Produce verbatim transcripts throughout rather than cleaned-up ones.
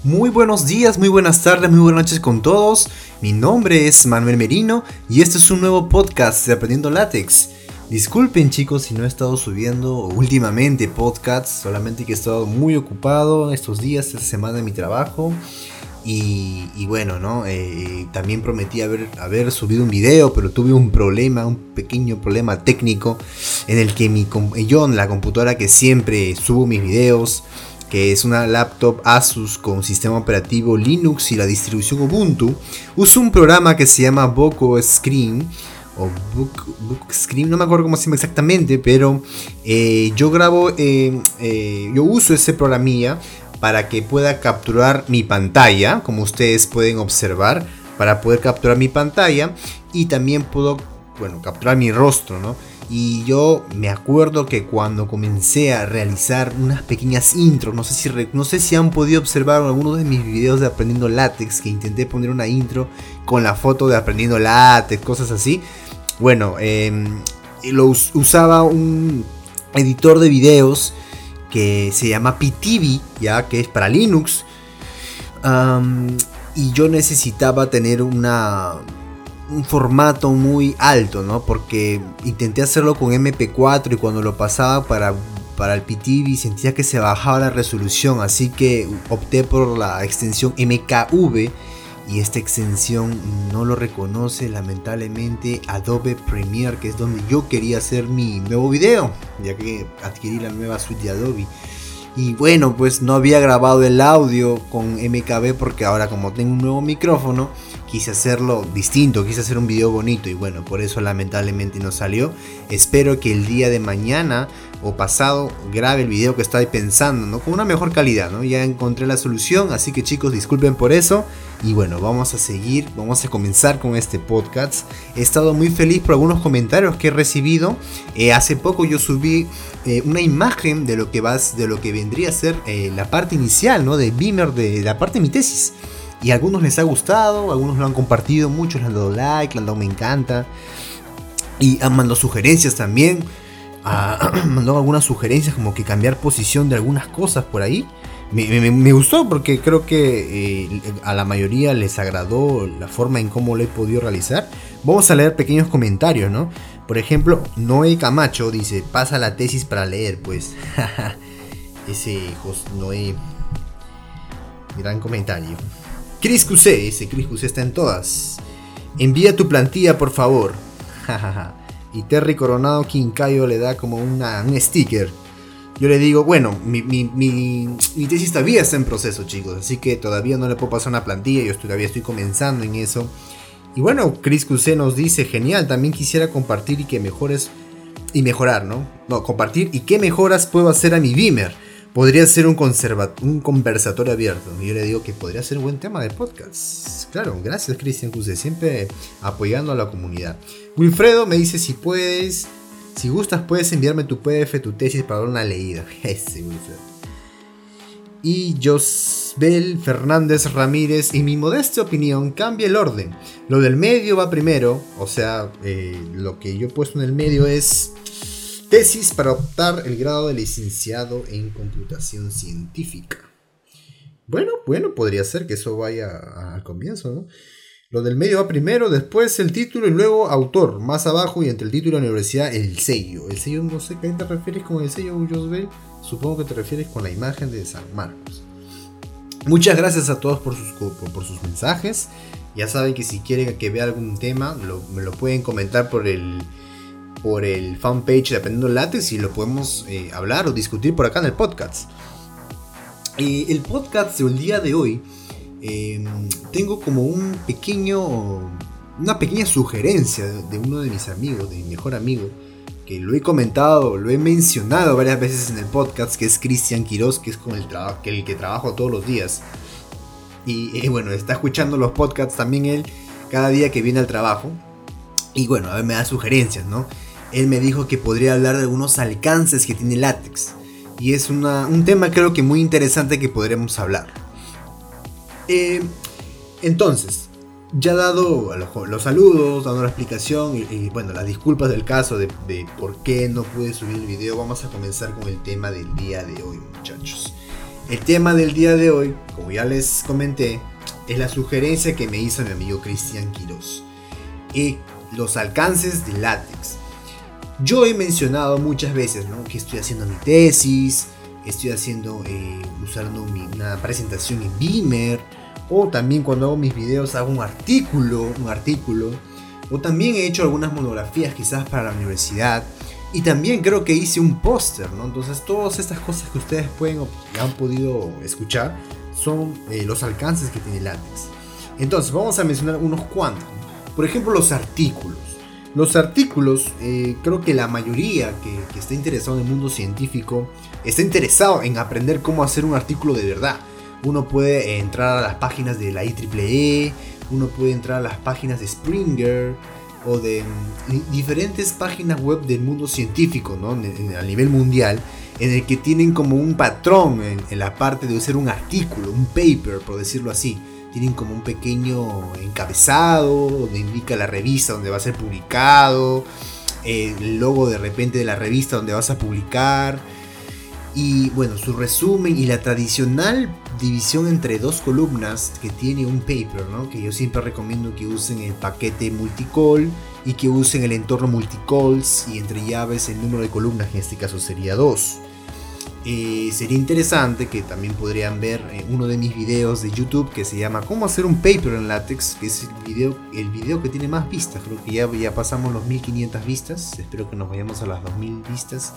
Muy buenos días, muy buenas tardes, muy buenas noches con todos. Mi nombre es Manuel Merino y este es un nuevo podcast de Aprendiendo Látex. Disculpen chicos si no he estado subiendo últimamente podcasts, solamente que he estado muy ocupado estos días, esta semana en mi trabajo. Y, y bueno, ¿no? Eh, también prometí haber, haber subido un video, pero tuve un problema, un pequeño problema técnico en el que mi, yo en la computadora que siempre subo mis videos, que es una laptop Asus con sistema operativo Linux y la distribución Ubuntu, uso un programa que se llama Book Screen o Book, Book Screen, no me acuerdo cómo se llama exactamente, pero eh, yo grabo, eh, eh, yo uso ese programilla para que pueda capturar mi pantalla, como ustedes pueden observar, para poder capturar mi pantalla y también puedo, bueno, capturar mi rostro, ¿no? Y yo me acuerdo que cuando comencé a realizar unas pequeñas intros, no sé si, no sé si han podido observar algunos de mis videos de Aprendiendo Látex, que intenté poner una intro con la foto de Aprendiendo Látex, cosas así. Bueno, eh, lo us- usaba un editor de videos que se llama P T V, ya que es para Linux, um, y yo necesitaba tener una... un formato muy alto, ¿no? Porque intenté hacerlo con M P cuatro y cuando lo pasaba para, para el P T V sentía que se bajaba la resolución, así que opté por la extensión M K V y esta extensión no lo reconoce lamentablemente Adobe Premiere, que es donde yo quería hacer mi nuevo video, ya que adquirí la nueva suite de Adobe. Y bueno, pues no había grabado el audio con M K V porque ahora como tengo un nuevo micrófono, quise hacerlo distinto, quise hacer un video bonito y bueno, por eso lamentablemente no salió. Espero que el día de mañana o pasado grabe el video que estaba pensando, ¿no? Con una mejor calidad, ¿no? Ya encontré la solución, así que chicos, disculpen por eso. Y bueno, vamos a seguir, vamos a comenzar con este podcast. He estado muy feliz por algunos comentarios que he recibido. Eh, hace poco yo subí eh, una imagen de lo que vas, de lo que vendría a ser eh, la parte inicial, ¿no? De Beamer, de la parte de mi tesis. Y a algunos les ha gustado, algunos lo han compartido, muchos le han dado like, le han dado me encanta. Y han mandado sugerencias también. Han mandado algunas sugerencias como que cambiar posición de algunas cosas por ahí. Me, me, me gustó porque creo que eh, a la mayoría les agradó la forma en cómo lo he podido realizar. Vamos a leer pequeños comentarios, ¿no? Por ejemplo, Noé Camacho dice, pasa la tesis para leer, pues. Ese Noé, gran comentario. Chris Q C, dice Chris Q C está en todas. Envía tu plantilla, por favor. Y Terry Coronado Quincayo le da como una, un sticker. Yo le digo, bueno, mi, mi, mi, mi tesis todavía está en proceso, chicos. Así que todavía no le puedo pasar una plantilla. Yo todavía estoy comenzando en eso. Y bueno, Chris Q C nos dice, genial, también quisiera compartir y que mejores... Y mejorar, ¿no? No, compartir y qué mejoras puedo hacer a mi Beamer. Podría ser un, conserva- un conversatorio abierto. Y yo le digo que podría ser un buen tema de podcast. Claro, gracias Cristian Q C, siempre apoyando a la comunidad. Wilfredo me dice si puedes, si gustas puedes enviarme tu P D F, tu tesis para dar una leída. Ese Wilfredo. Y Josbel Fernández Ramírez, en mi modesta opinión, cambia el orden. Lo del medio va primero, o sea, eh, lo que yo he puesto en el medio es... tesis para optar el grado de licenciado en computación científica. Bueno, bueno, podría ser que eso vaya al comienzo, ¿no? Lo del medio va primero, después el título y luego autor. Más abajo y entre el título y la universidad, el sello. El sello, no sé a qué te refieres con el sello, Josbel. Supongo que te refieres con la imagen de San Marcos. Muchas gracias a todos por sus, por, por sus mensajes. Ya saben que si quieren que vea algún tema, lo, me lo pueden comentar por el... por el fanpage de Aprendiendo Látex y lo podemos eh, hablar o discutir por acá en el podcast. Eh, el podcast del día de hoy eh, tengo como un pequeño, una pequeña sugerencia de, de uno de mis amigos, de mi mejor amigo, que lo he comentado, lo he mencionado varias veces en el podcast, que es Cristian Quiroz, que es con el, traba- que el que trabajo todos los días. Y eh, bueno, está escuchando los podcasts también él cada día que viene al trabajo. Y bueno, a ver, me da sugerencias, ¿no? Él me dijo que podría hablar de algunos alcances que tiene látex. Y es una, un tema creo que muy interesante que podremos hablar. Eh, entonces, ya dado los, los saludos, dando la explicación y, y bueno, las disculpas del caso de, de por qué no pude subir el video, vamos a comenzar con el tema del día de hoy, muchachos. El tema del día de hoy, como ya les comenté, es la sugerencia que me hizo mi amigo Cristian Quiroz. Y los alcances de látex. Yo he mencionado muchas veces, ¿no?, que estoy haciendo mi tesis, estoy haciendo, eh, usando mi, una presentación en Beamer, o también cuando hago mis videos hago un artículo, un artículo, o también he hecho algunas monografías quizás para la universidad, y también creo que hice un póster, ¿no? Entonces todas estas cosas que ustedes pueden o han podido escuchar son eh, los alcances que tiene látex. Entonces vamos a mencionar unos cuantos, ¿no? Por ejemplo, los artículos. Los artículos, eh, creo que la mayoría que, que está interesado en el mundo científico está interesado en aprender cómo hacer un artículo de verdad. Uno puede entrar a las páginas de la I triple E, uno puede entrar a las páginas de Springer o de mm, diferentes páginas web del mundo científico, ¿no?, en, en, a nivel mundial, en el que tienen como un patrón en, en la parte de hacer un artículo, un paper, por decirlo así. Tienen como un pequeño encabezado donde indica la revista donde va a ser publicado, eh, el logo de repente de la revista donde vas a publicar, y bueno, su resumen y la tradicional división entre dos columnas que tiene un paper, ¿no?, que yo siempre recomiendo que usen el paquete multicol y que usen el entorno multicols, y entre llaves el número de columnas, que en este caso sería dos. Eh, sería interesante que también podrían ver eh, uno de mis videos de YouTube que se llama Cómo hacer un paper en látex, que es el video, el video que tiene más vistas. Creo que ya, ya pasamos los mil quinientas vistas, espero que nos vayamos a las dos mil vistas.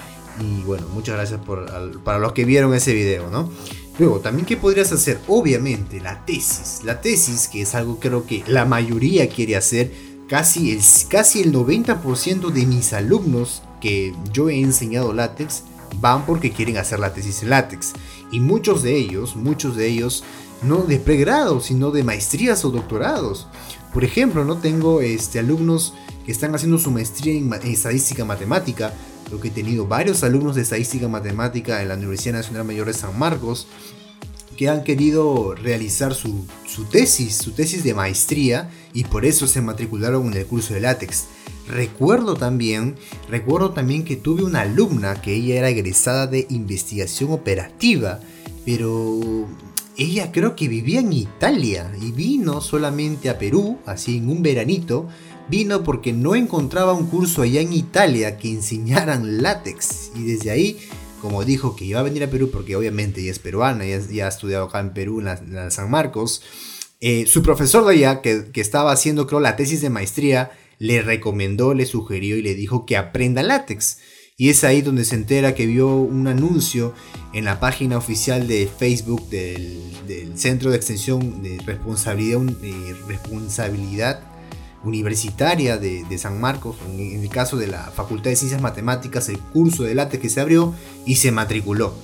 Y bueno, muchas gracias por, al, para los que vieron ese video, ¿no? Luego, también, ¿qué podrías hacer? Obviamente, la tesis. La tesis, que es algo creo que la mayoría quiere hacer. Casi el, casi el noventa por ciento de mis alumnos que yo he enseñado látex van porque quieren hacer la tesis en látex. Y muchos de ellos, muchos de ellos, no de pregrado, sino de maestrías o doctorados. Por ejemplo, no tengo este, alumnos que están haciendo su maestría en, en estadística matemática. Creo que he tenido varios alumnos de estadística matemática en la Universidad Nacional Mayor de San Marcos que han querido realizar su, su tesis, su tesis de maestría, y por eso se matricularon en el curso de látex. Recuerdo también, recuerdo también que tuve una alumna que ella era egresada de investigación operativa, pero ella creo que vivía en Italia y vino solamente a Perú, así en un veranito. Vino porque no encontraba un curso allá en Italia que enseñaran látex, y desde ahí, como dijo que iba a venir a Perú porque obviamente ella es peruana, ya, ya ha estudiado acá en Perú, en la, en la San Marcos, eh, su profesor de allá, que, que estaba haciendo creo la tesis de maestría, le recomendó, le sugirió y le dijo que aprenda látex. Y es ahí donde se entera que vio un anuncio en la página oficial de Facebook del, del Centro de Extensión de Responsabilidad, de responsabilidad Universitaria de, de San Marcos, en, en el caso de la Facultad de Ciencias Matemáticas, el curso de látex que se abrió, y se matriculó.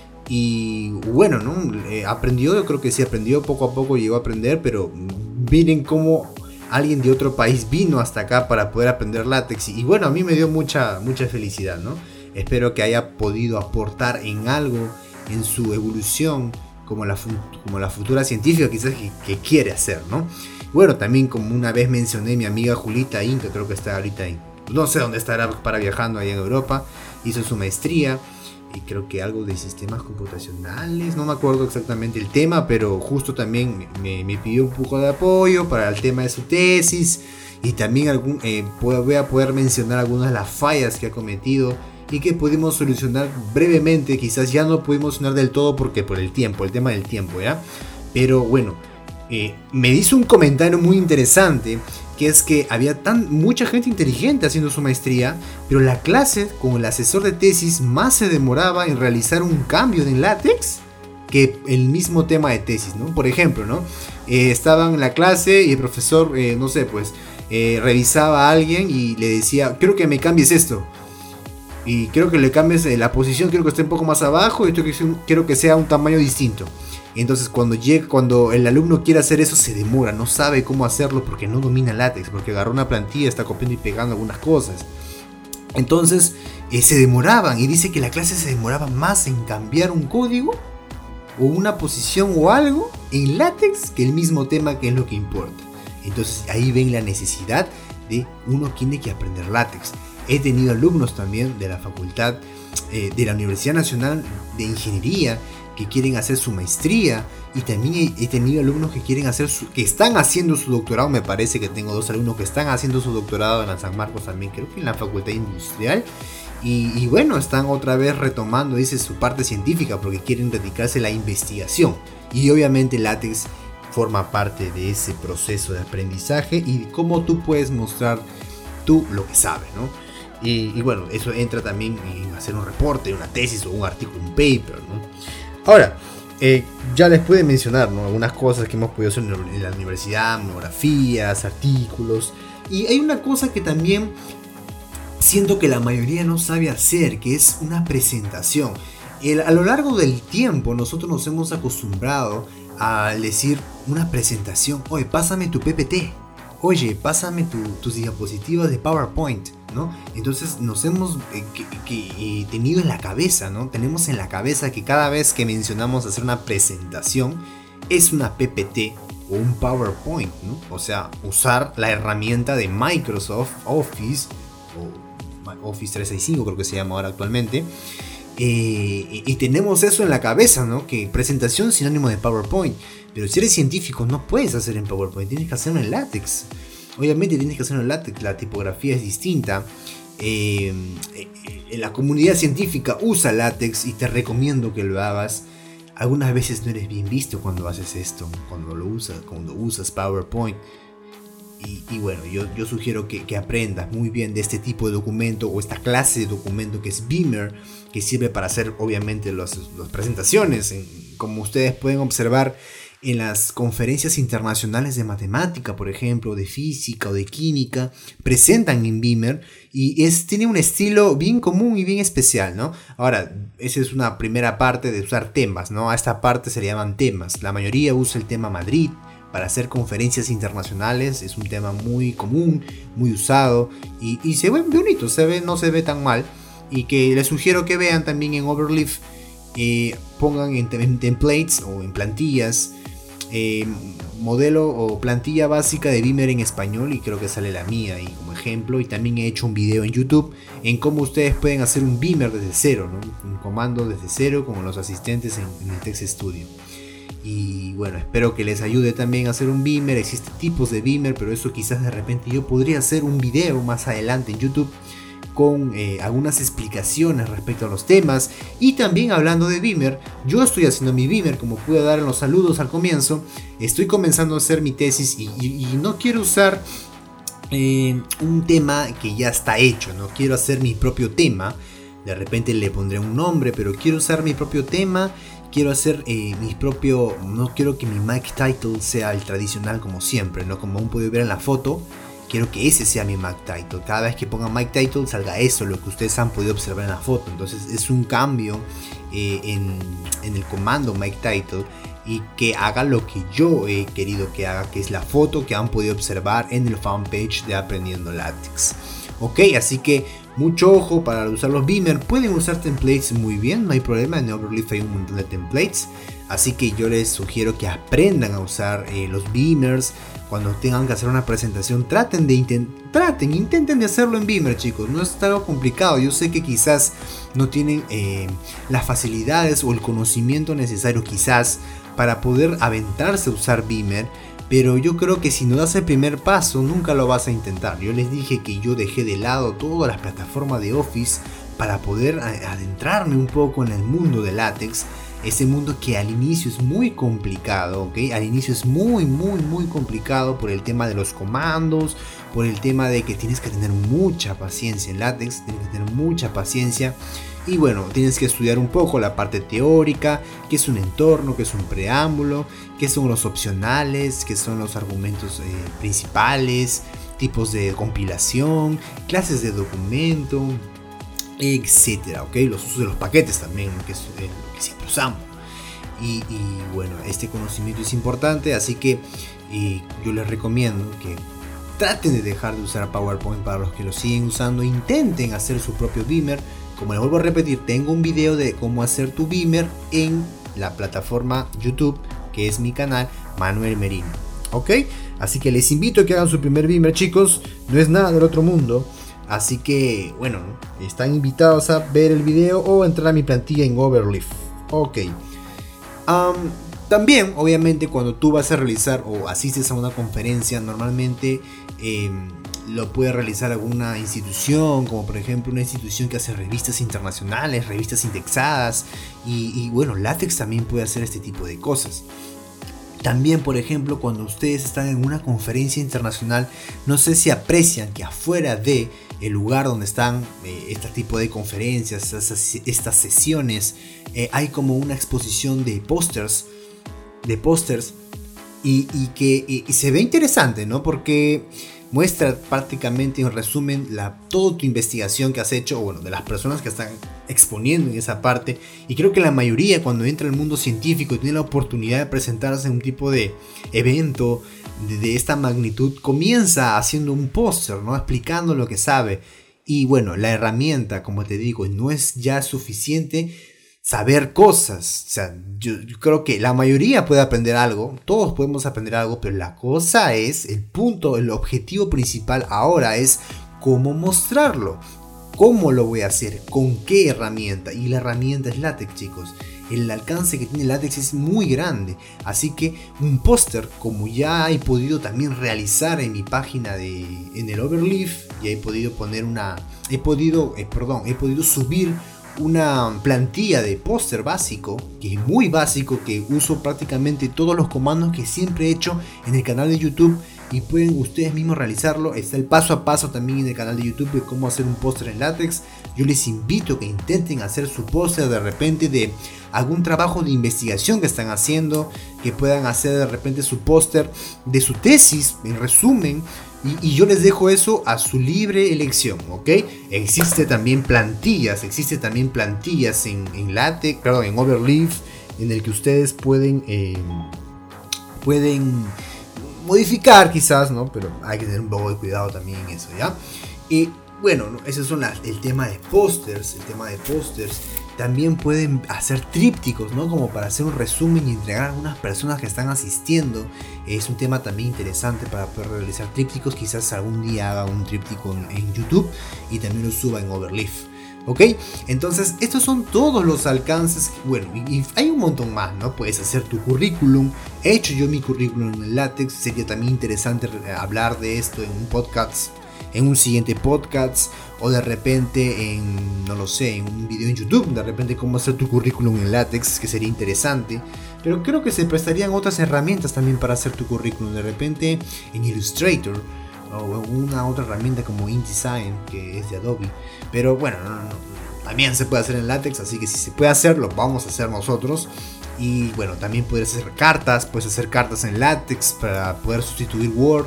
Y bueno, ¿no? Eh, aprendió, yo creo que sí aprendió, poco a poco llegó a aprender, pero miren cómo alguien de otro país vino hasta acá para poder aprender látex. Y bueno, a mí me dio mucha, mucha felicidad, ¿no? Espero que haya podido aportar en algo en su evolución como la, como la futura científica quizás que, que quiere hacer, ¿no? Bueno, también como una vez mencioné, mi amiga Julita Inca, creo que está ahorita en, no sé dónde estará para viajando allá en Europa, hizo su maestría y creo que algo de sistemas computacionales, no me acuerdo exactamente el tema, pero justo también me, me pidió un poco de apoyo para el tema de su tesis, y también algún, eh, voy a poder mencionar algunas de las fallas que ha cometido y que pudimos solucionar brevemente. Quizás ya no pudimos solucionar del todo porque por el tiempo, el tema del tiempo, ¿ya? Pero bueno, eh, me hizo un comentario muy interesante, que es que había tan, mucha gente inteligente haciendo su maestría, pero la clase con el asesor de tesis más se demoraba en realizar un cambio en látex que el mismo tema de tesis, ¿no? Por ejemplo, ¿no? Eh, estaban en la clase y el profesor, eh, no sé, pues, eh, revisaba a alguien y le decía, quiero que me cambies esto. Y quiero que le cambies la posición, quiero que esté un poco más abajo y quiero que sea un tamaño distinto. Entonces cuando llega, cuando el alumno quiere hacer eso, se demora, no sabe cómo hacerlo porque no domina látex, porque agarró una plantilla, está copiando y pegando algunas cosas. Entonces eh, se demoraban, y dice que la clase se demoraba más en cambiar un código o una posición o algo en látex que el mismo tema, que es lo que importa. Entonces ahí ven la necesidad de uno tiene que aprender látex. He tenido alumnos también de la facultad, eh, de la Universidad Nacional de Ingeniería, que quieren hacer su maestría, y también he, he tenido alumnos que quieren hacer su, que están haciendo su doctorado. Me parece que tengo dos alumnos que están haciendo su doctorado en la San Marcos también, creo que en la Facultad Industrial. Y, y bueno, están otra vez retomando, dice, su parte científica porque quieren dedicarse a la investigación. Y obviamente LaTeX forma parte de ese proceso de aprendizaje y cómo tú puedes mostrar tú lo que sabes, ¿no? Y, y bueno, eso entra también en hacer un reporte, una tesis o un artículo, un paper, ¿no? Ahora, eh, ya les pude mencionar, ¿no?, algunas cosas que hemos podido hacer en la universidad, monografías, artículos. Y hay una cosa que también siento que la mayoría no sabe hacer, que es una presentación. El, a lo largo del tiempo nosotros nos hemos acostumbrado a decir una presentación. Oye, pásame tu P P T. Oye, pásame tu, tus diapositivas de PowerPoint, ¿no? Entonces nos hemos eh, que, que, eh, tenido en la cabeza, ¿no? Tenemos en la cabeza que cada vez que mencionamos hacer una presentación es una P P T o un PowerPoint, ¿no? O sea, usar la herramienta de Microsoft Office o Office trescientos sesenta y cinco creo que se llama ahora actualmente, eh, y tenemos eso en la cabeza, ¿no? Que presentación sinónimo de PowerPoint. Pero si eres científico no puedes hacer en PowerPoint, tienes que hacerlo en LaTeX. Obviamente tienes que hacerlo en LaTeX, la tipografía es distinta. eh, eh, la comunidad científica usa LaTeX y te recomiendo que lo hagas. Algunas veces no eres bien visto cuando haces esto, cuando lo usas, cuando usas PowerPoint. Y, y bueno, yo, yo sugiero que, que aprendas muy bien de este tipo de documento o esta clase de documento que es Beamer, que sirve para hacer obviamente las presentaciones. En, como ustedes pueden observar en las conferencias internacionales de matemática, por ejemplo, de física o de química, presentan en Beamer y es, tiene un estilo bien común y bien especial, ¿no? Ahora, esa es una primera parte de usar temas, ¿no? A esta parte se le llaman temas. La mayoría usa el tema Madrid para hacer conferencias internacionales, es un tema muy común, muy usado y, y se ve bonito, se ve, no se ve tan mal. Y que les sugiero que vean también en Overleaf, eh, pongan en, en templates o en plantillas, eh, modelo o plantilla básica de Beamer en español, y creo que sale la mía ahí como ejemplo. Y también he hecho un video en YouTube en cómo ustedes pueden hacer un Beamer desde cero, ¿no? Un comando desde cero como los asistentes en, en el Text Studio. Y bueno, espero que les ayude también a hacer un Beamer. Existen tipos de Beamer, pero eso quizás de repente yo podría hacer un video más adelante en YouTube con eh, algunas explicaciones respecto a los temas. Y también hablando de Beamer, yo estoy haciendo mi Beamer, como pude dar en los saludos al comienzo. Estoy comenzando a hacer mi tesis y, y, y no quiero usar eh, un tema que ya está hecho, no quiero hacer mi propio tema. De repente le pondré un nombre, pero quiero usar mi propio tema. Quiero hacer eh, mi propio, no quiero que mi Mac Title sea el tradicional como siempre, ¿no? Como aún pueden ver en la foto, quiero que ese sea mi Mac Title. Cada vez que ponga Mac Title salga eso, lo que ustedes han podido observar en la foto. Entonces es un cambio eh, en, en el comando Mac Title y que haga lo que yo he querido que haga, que es la foto que han podido observar en el fanpage de Aprendiendo LaTeX. Ok, así que mucho ojo para usar los Beamer. Pueden usar templates muy bien, no hay problema. En Overleaf hay un montón de templates. Así que yo les sugiero que aprendan a usar eh, los Beamers. Cuando tengan que hacer una presentación, traten de intent traten, intenten de hacerlo en Beamer, chicos. No es algo complicado. Yo sé que quizás no tienen eh, las facilidades o el conocimiento necesario quizás para poder aventarse a usar Beamer. Pero yo creo que si no das el primer paso, nunca lo vas a intentar. Yo les dije que yo dejé de lado todas las plataformas de Office para poder adentrarme un poco en el mundo de LaTeX. Ese mundo que al inicio es muy complicado, ¿ok? Al inicio es muy, muy, muy complicado por el tema de los comandos, por el tema de que tienes que tener mucha paciencia en LaTeX, tienes que tener mucha paciencia. Y bueno, tienes que estudiar un poco la parte teórica, qué es un entorno, qué es un preámbulo, qué son los opcionales, qué son los argumentos eh, principales, tipos de compilación, clases de documento, etcétera, ¿ok? Los usos de los paquetes también, que es eh, lo que siempre usamos. Y, y bueno, este conocimiento es importante, así que eh, yo les recomiendo que traten de dejar de usar PowerPoint. Para los que lo siguen usando, intenten hacer su propio Beamer. Como les vuelvo a repetir, tengo un video de cómo hacer tu Beamer en la plataforma YouTube, que es mi canal, Manuel Merino. ¿Ok? Así que les invito a que hagan su primer Beamer, chicos. No es nada del otro mundo. Así que, bueno, están invitados a ver el video o entrar a mi plantilla en Overleaf. Ok. Um, también, obviamente, cuando tú vas a realizar o asistes a una conferencia, normalmente eh, lo puede realizar alguna institución, como por ejemplo una institución que hace revistas internacionales, revistas indexadas, y, y bueno, LaTeX también puede hacer este tipo de cosas. También, por ejemplo, cuando ustedes están en una conferencia internacional, no sé si aprecian que afuera de el lugar donde están eh, este tipo de conferencias, estas, estas sesiones, eh, hay como una exposición de pósters, de pósters, y, y que y, y se ve interesante, ¿no? Porque muestra prácticamente en resumen la, toda tu investigación que has hecho, o bueno, de las personas que están exponiendo en esa parte. Y creo que la mayoría, cuando entra al mundo científico y tiene la oportunidad de presentarse en un tipo de evento de, de esta magnitud, comienza haciendo un póster, ¿no? Explicando lo que sabe. Y bueno, la herramienta, como te digo, no es ya suficiente saber cosas. O sea, yo, yo creo que la mayoría puede aprender algo, todos podemos aprender algo, pero la cosa es, el punto, el objetivo principal ahora es cómo mostrarlo, cómo lo voy a hacer, con qué herramienta. Y la herramienta es LaTeX, chicos. El alcance que tiene LaTeX es muy grande, así que un póster, como ya he podido también realizar en mi página de, en el Overleaf, ya he podido poner una, he podido, eh, perdón, he podido subir una plantilla de póster básico, que es muy básico, que uso prácticamente todos los comandos que siempre he hecho en el canal de YouTube, y pueden ustedes mismos realizarlo. Está el paso a paso también en el canal de YouTube de cómo hacer un póster en LaTeX. Yo les invito a que intenten hacer su póster de repente de algún trabajo de investigación que están haciendo, que puedan hacer de repente su póster de su tesis, en resumen. Y, y yo les dejo eso a su libre elección, ¿ok? Existe también plantillas, existe también plantillas en, en LaTeX, perdón, en Overleaf, en el que ustedes pueden, eh, pueden modificar quizás, ¿no? Pero hay que tener un poco de cuidado también en eso, ¿ya? Y bueno, ¿no? Ese es el tema de pósters, el tema de pósters. También pueden hacer trípticos, ¿no? Como para hacer un resumen y entregar a algunas personas que están asistiendo. Es un tema también interesante para poder realizar trípticos. Quizás algún día haga un tríptico en, en YouTube y también lo suba en Overleaf. ¿Ok? Entonces, estos son todos los alcances. Bueno, y, y hay un montón más, ¿no? Puedes hacer tu currículum. He hecho yo mi currículum en LaTeX. Sería también interesante hablar de esto en un podcast, en un siguiente podcast, o de repente en, no lo sé, en un video en YouTube, de repente cómo hacer tu currículum en LaTeX, que sería interesante. Pero creo que se prestarían otras herramientas también para hacer tu currículum, de repente en Illustrator, o una otra herramienta como InDesign, que es de Adobe. Pero bueno, no, no, no, también se puede hacer en LaTeX, así que si se puede hacer, lo vamos a hacer nosotros. Y bueno, también puedes hacer cartas, puedes hacer cartas en LaTeX para poder sustituir Word.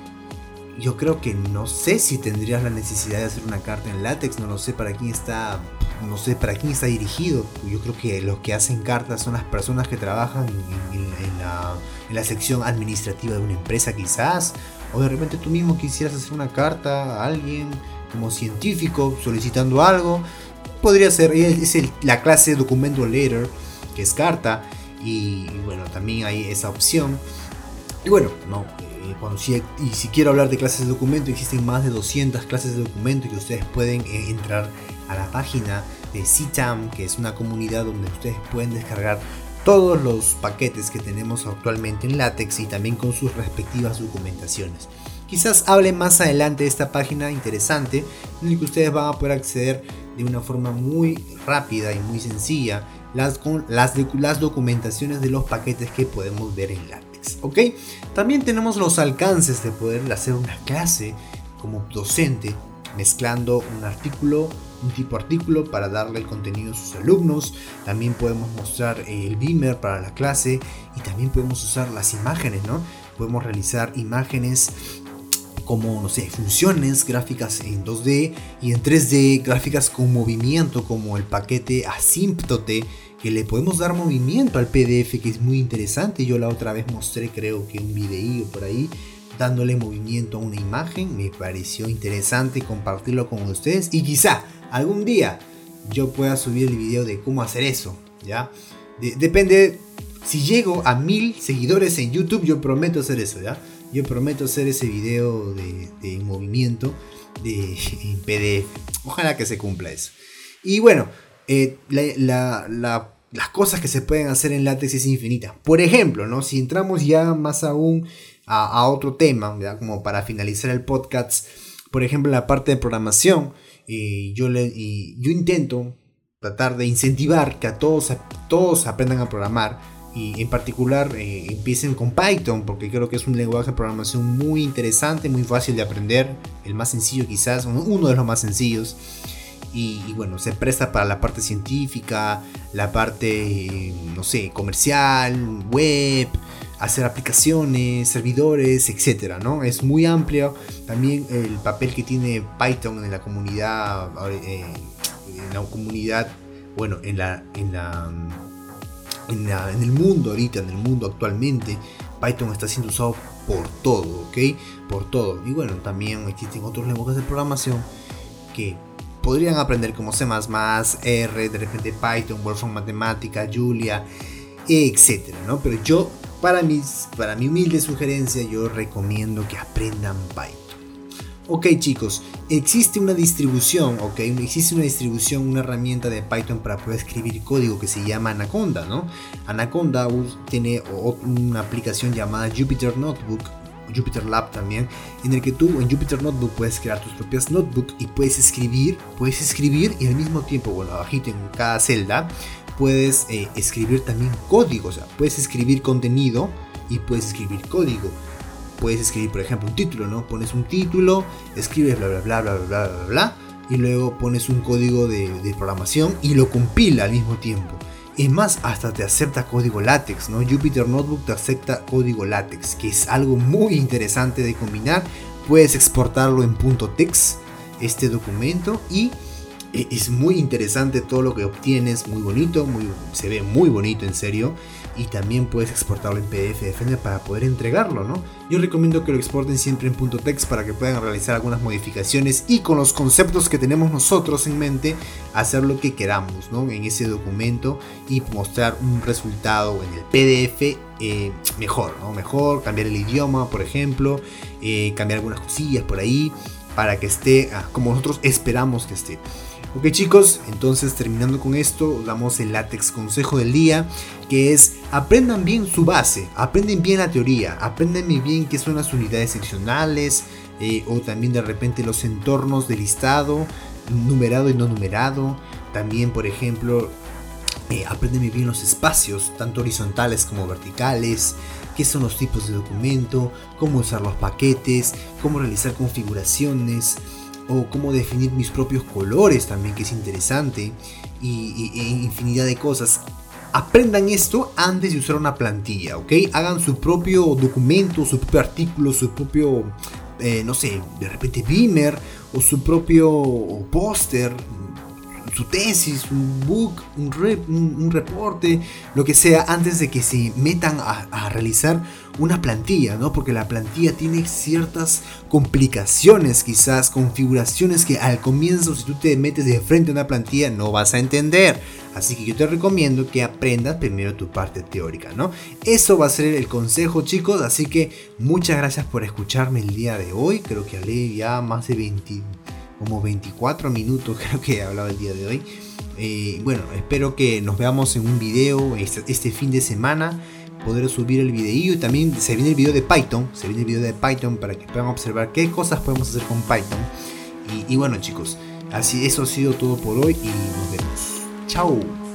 Yo creo que no sé si tendrías la necesidad de hacer una carta en LaTeX, no lo sé para quién está, no sé para quién está dirigido. Yo creo que los que hacen cartas son las personas que trabajan en, en, en, la, en la sección administrativa de una empresa quizás, o de repente tú mismo quisieras hacer una carta a alguien como científico solicitando algo. Podría ser, es el, la clase documento letter, que es carta, y, y bueno, también hay esa opción. Y bueno, no, eh, cuando si, y si quiero hablar de clases de documento, existen más de doscientas clases de documento que ustedes pueden eh, entrar a la página de C T A M, que es una comunidad donde ustedes pueden descargar todos los paquetes que tenemos actualmente en LaTeX y también con sus respectivas documentaciones. Quizás hable más adelante de esta página interesante en la que ustedes van a poder acceder de una forma muy rápida y muy sencilla las, con las, las documentaciones de los paquetes que podemos ver en LaTeX. ¿Ok? También tenemos los alcances de poder hacer una clase como docente, mezclando un artículo, un tipo artículo para darle el contenido a sus alumnos. También podemos mostrar el Beamer para la clase y también podemos usar las imágenes, ¿no? Podemos realizar imágenes como, no sé, funciones, gráficas en dos D y en tres D, gráficas con movimiento como el paquete asímptote, que le podemos dar movimiento al P D F, que es muy interesante. Yo la otra vez mostré, creo que un videío por ahí, dándole movimiento a una imagen. Me pareció interesante compartirlo con ustedes y quizá algún día yo pueda subir el video de cómo hacer eso, ¿ya? De- depende, si llego a mil seguidores en YouTube, yo prometo hacer eso, ¿ya? Yo prometo hacer ese video de, de movimiento de, en P D F. Ojalá que se cumpla eso. Y bueno, eh, la, la, la las cosas que se pueden hacer en LaTeX es infinita. Por ejemplo, ¿no? Si entramos ya más aún a, a otro tema, ¿verdad? Como para finalizar el podcast, por ejemplo, en la parte de programación, eh, yo, le, y yo intento tratar de incentivar que a todos, a todos aprendan a programar, y en particular eh, empiecen con Python, porque creo que es un lenguaje de programación muy interesante, muy fácil de aprender, el más sencillo quizás, uno de los más sencillos. Y, y bueno, se presta para la parte científica, la parte, no sé, comercial, web, hacer aplicaciones, servidores, etcétera, ¿no? Es muy amplio. También el papel que tiene Python en la comunidad, eh, en la comunidad, bueno, en la, en la, en la, en el mundo ahorita, en el mundo actualmente, Python está siendo usado por todo, ¿ok? Por todo. Y bueno, también existen otros lenguajes de programación que podrían aprender como C más más, R, de repente Python, Wolfram Matemática, Julia, etcétera, ¿no? Pero yo, para, mis, para mi humilde sugerencia, yo recomiendo que aprendan Python. Ok, chicos, existe una distribución, ok, existe una distribución, una herramienta de Python para poder escribir código que se llama Anaconda, ¿no? Anaconda tiene una aplicación llamada Jupyter Notebook, Jupyter Lab también, en el que tú en Jupyter Notebook puedes crear tus propias notebooks y puedes escribir, puedes escribir y al mismo tiempo, bueno, abajito en cada celda puedes eh, escribir también código, o sea, puedes escribir contenido y puedes escribir código. Puedes escribir, por ejemplo, un título, ¿no? Pones un título, escribes bla bla bla bla bla bla bla, bla y luego pones un código de, de programación y lo compila al mismo tiempo. Es más, hasta te acepta código LaTeX, ¿no? Jupyter Notebook te acepta código LaTeX, que es algo muy interesante de combinar. Puedes exportarlo en .text, este documento, y es muy interesante todo lo que obtienes, muy bonito, muy, se ve muy bonito en serio. Y también puedes exportarlo en P D F de Defender para poder entregarlo, ¿no? Yo recomiendo que lo exporten siempre en .text para que puedan realizar algunas modificaciones y con los conceptos que tenemos nosotros en mente hacer lo que queramos, ¿no? En ese documento y mostrar un resultado en el P D F eh, mejor, ¿no? Mejor, cambiar el idioma, por ejemplo, eh, cambiar algunas cosillas por ahí para que esté ah, como nosotros esperamos que esté. Ok, chicos, entonces terminando con esto, damos el LaTeX consejo del día, que es: aprendan bien su base, aprenden bien la teoría, aprendan bien qué son las unidades seccionales, eh, o también de repente los entornos de listado, numerado y no numerado. También, por ejemplo, eh, aprenden bien los espacios, tanto horizontales como verticales, qué son los tipos de documento, cómo usar los paquetes, cómo realizar configuraciones, o cómo definir mis propios colores también, que es interesante, y, y, e infinidad de cosas. Aprendan esto antes de usar una plantilla, ¿ok? Hagan su propio documento, su propio artículo, su propio, eh, no sé, de repente Beamer, o su propio póster, su tesis, un book, un, rep, un, un reporte, lo que sea, antes de que se metan a, a realizar una plantilla, ¿no? Porque la plantilla tiene ciertas complicaciones, quizás configuraciones que al comienzo, si tú te metes de frente a una plantilla, no vas a entender. Así que yo te recomiendo que aprendas primero tu parte teórica, ¿no? Eso va a ser el consejo, chicos. Así que muchas gracias por escucharme el día de hoy. Creo que hablé ya más de veinte, como veinticuatro minutos, creo que he hablado el día de hoy. Eh, bueno, espero que nos veamos en un video este, este fin de semana. Poder subir el videillo, y también se viene el video de Python, se viene el video de Python para que puedan observar qué cosas podemos hacer con Python. Y, y bueno, chicos, así eso ha sido todo por hoy y nos vemos. Chao.